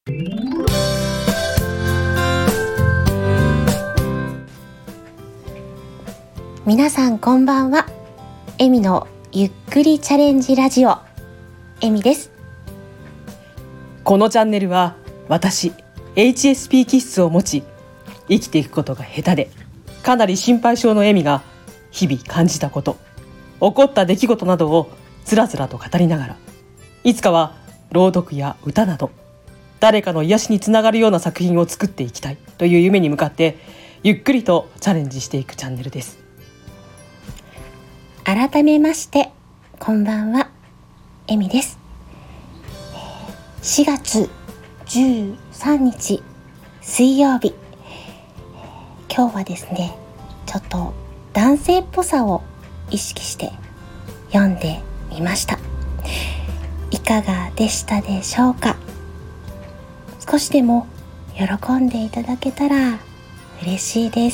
皆さんこんばんは。エミのゆっくりチャレンジラジオ、エミです。 このチャンネルは私 HSP 気質を持ち、生きていくことが下手でかなり心配性のエミが日々感じたこと、起こった出来事などをつらつらと語りながら、いつかは朗読や歌など誰かの癒しにつながるような作品を作っていきたいという夢に向かってゆっくりとチャレンジしていくチャンネルです。 改めましてこんばんは、エミです。4月13日水曜日、今日はですね、ちょっと男性っぽさを意識して読んでみました。いかがでしたでしょうか。少しでも喜んでいただけたら嬉しいです。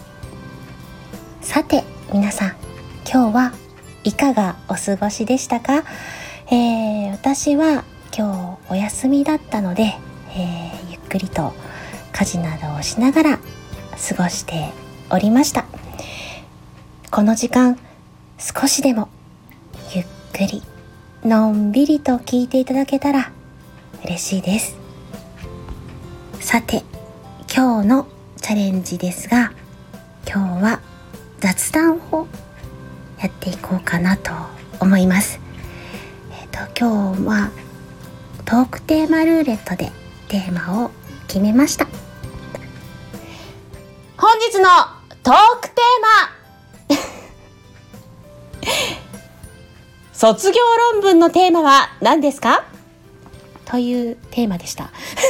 さて皆さん、今日はいかがお過ごしでしたか。私は今日お休みだったので、ゆっくりと家事などをしながら過ごしておりました。この時間少しでもゆっくりのんびりと聞いていただけたら嬉しいです。さて今日のチャレンジですが、今日は雑談をやっていこうかなと思います。今日はトークテーマルーレットでテーマを決めました。本日のトークテーマ卒業論文のテーマは何ですかというテーマでした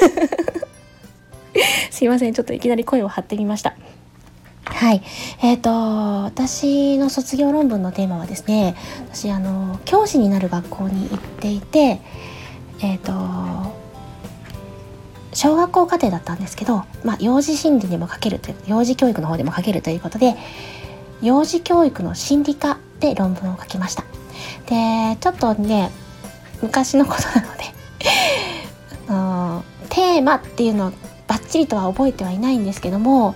すいません、ちょっといきなり声を張ってみました。はい、私の卒業論文のテーマはですね、私教師になる学校に行っていて、小学校課程だったんですけど、幼児心理でも書けるという、幼児教育の方でも書けるということで、幼児教育の心理科で論文を書きました。でちょっとね、昔のことなのでテーマっていうのをバッチリとは覚えてはいないんですけども、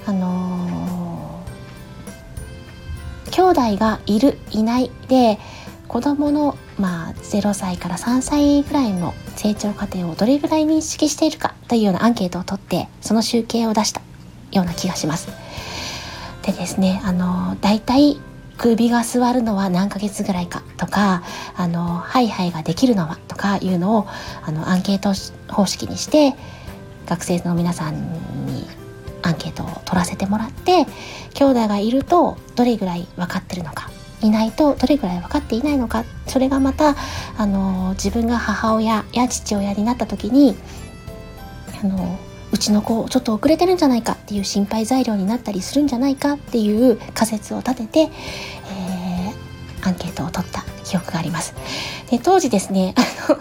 兄弟がいるいないで子どもの、0歳から3歳ぐらいの成長過程をどれぐらい認識しているかというようなアンケートを取って、その集計を出したような気がします。でですね、だいたい首が座るのは何ヶ月ぐらいかとか、ハイハイができるのはとかいうのをアンケート方式にして学生の皆さんにアンケートを取らせてもらって、兄弟がいるとどれぐらい分かってるのか、いないとどれぐらい分かっていないのか、それがまた自分が母親や父親になった時にうちの子ちょっと遅れてるんじゃないかっていう心配材料になったりするんじゃないかっていう仮説を立てて、アンケートを取った記憶があります。で当時ですね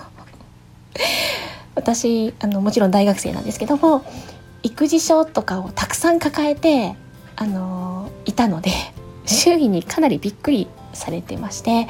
私もちろん大学生なんですけども、育児書とかをたくさん抱えていたので、周囲にかなりびっくりされてまして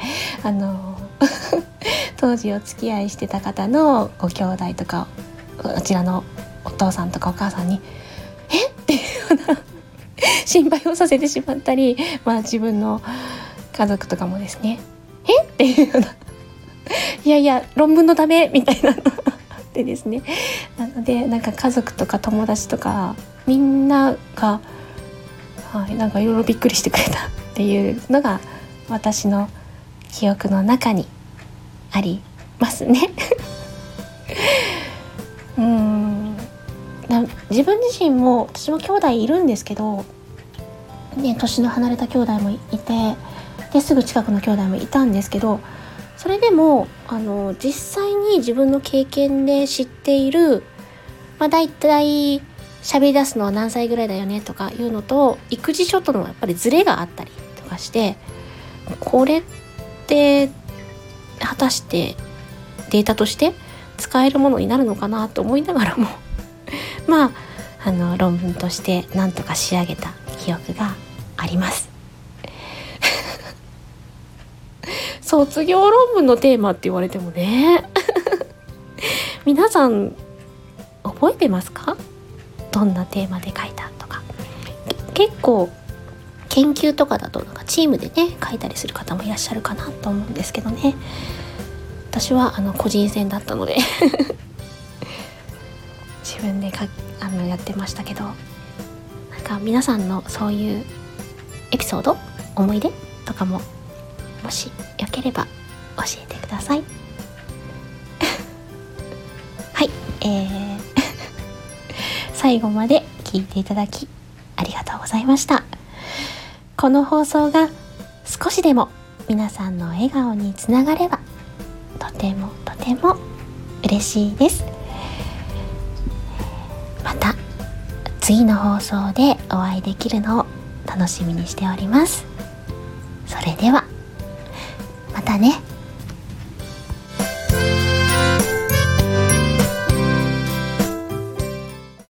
当時お付き合いしてた方のご兄弟とか、こちらのお父さんとかお母さんにえっていうような心配をさせてしまったり、自分の家族とかもですね、えっていうようないやいや論文のためみたいなのでですね、なので家族とか友達とかみんなが、いろいろびっくりしてくれたっていうのが私の記憶の中にありますね自分自身も、私も兄弟いるんですけど、年の離れた兄弟もいて、ですぐ近くの兄弟もいたんですけど、それでも実際に自分の経験で知っている、だいたい喋り出すのは何歳ぐらいだよねとかいうのと、育児書とのやっぱりズレがあったりとかして、これって果たしてデータとして使えるものになるのかなと思いながらも論文としてなんとか仕上げた記憶があります卒業論文のテーマって言われてもね皆さん覚えてますか？どんなテーマで書いたとか。結構研究とかだとなんかチームでね書いたりする方もいらっしゃるかなと思うんですけどね、私は個人戦だったので自分でやってましたけど、なんか皆さんのそういうエピソード、思い出とかももしよければ教えてくださいはい、最後まで聞いていただきありがとうございました。この放送が少しでも皆さんの笑顔につながればとてもとても嬉しいです。また次の放送でお会いできるのを楽しみにしております。それではまたね。